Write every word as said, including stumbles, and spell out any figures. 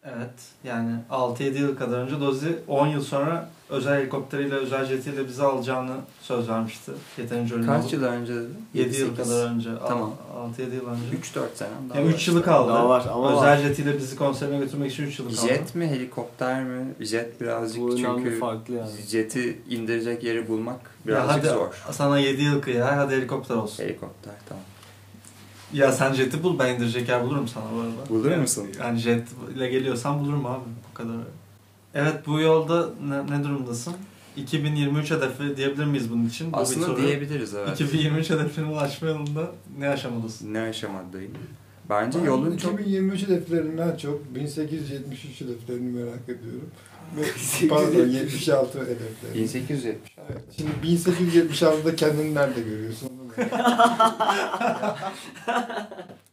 Evet. Yani altı yedi yıl kadar önce Dozi on yıl sonra özel helikopteriyle, özel jetiyle bizi alacağını söz vermişti. Yeterince ölüm Kaç yıl önce dedi? yedi yıl kadar önce. Tamam. altı yedi yıl önce. üç dört sene daha yani var. üç yılı kaldı. Daha var ama özel var. jetiyle bizi konserine götürmek için üç yılı kaldı. Jet mi, helikopter mi? Jet birazcık Bu çünkü farklı yani. jeti indirecek yeri bulmak Ya birazcık hadi, zor. sana yedi yıl kıya, hadi helikopter olsun. Helikopter tamam. Ya sen jeti bul, ben indirecek yer bulurum sana bu arada. Bulur yani, musun? Yani jet ile geliyorsan bulurum abi, bu kadar. Evet, bu yolda ne, ne durumdasın? iki bin yirmi üç hedefi diyebilir miyiz bunun için? Bu Aslında diyebiliriz evet. iki bin yirmi üç hedefine ulaşma yolunda ne aşamadasın? Ne aşamadayım? Bence Ben yolun çok... iki bin yirmi üç hedeflerinden çok bin sekiz yüz yetmiş üç hedeflerini merak ediyorum. Ve pardon yetmiş altı hedefleri. bin sekiz yüz yetmiş. Evet. Şimdi bin sekiz yüz yetmiş altıda kendini nerede görüyorsun? Onu merak ediyorum.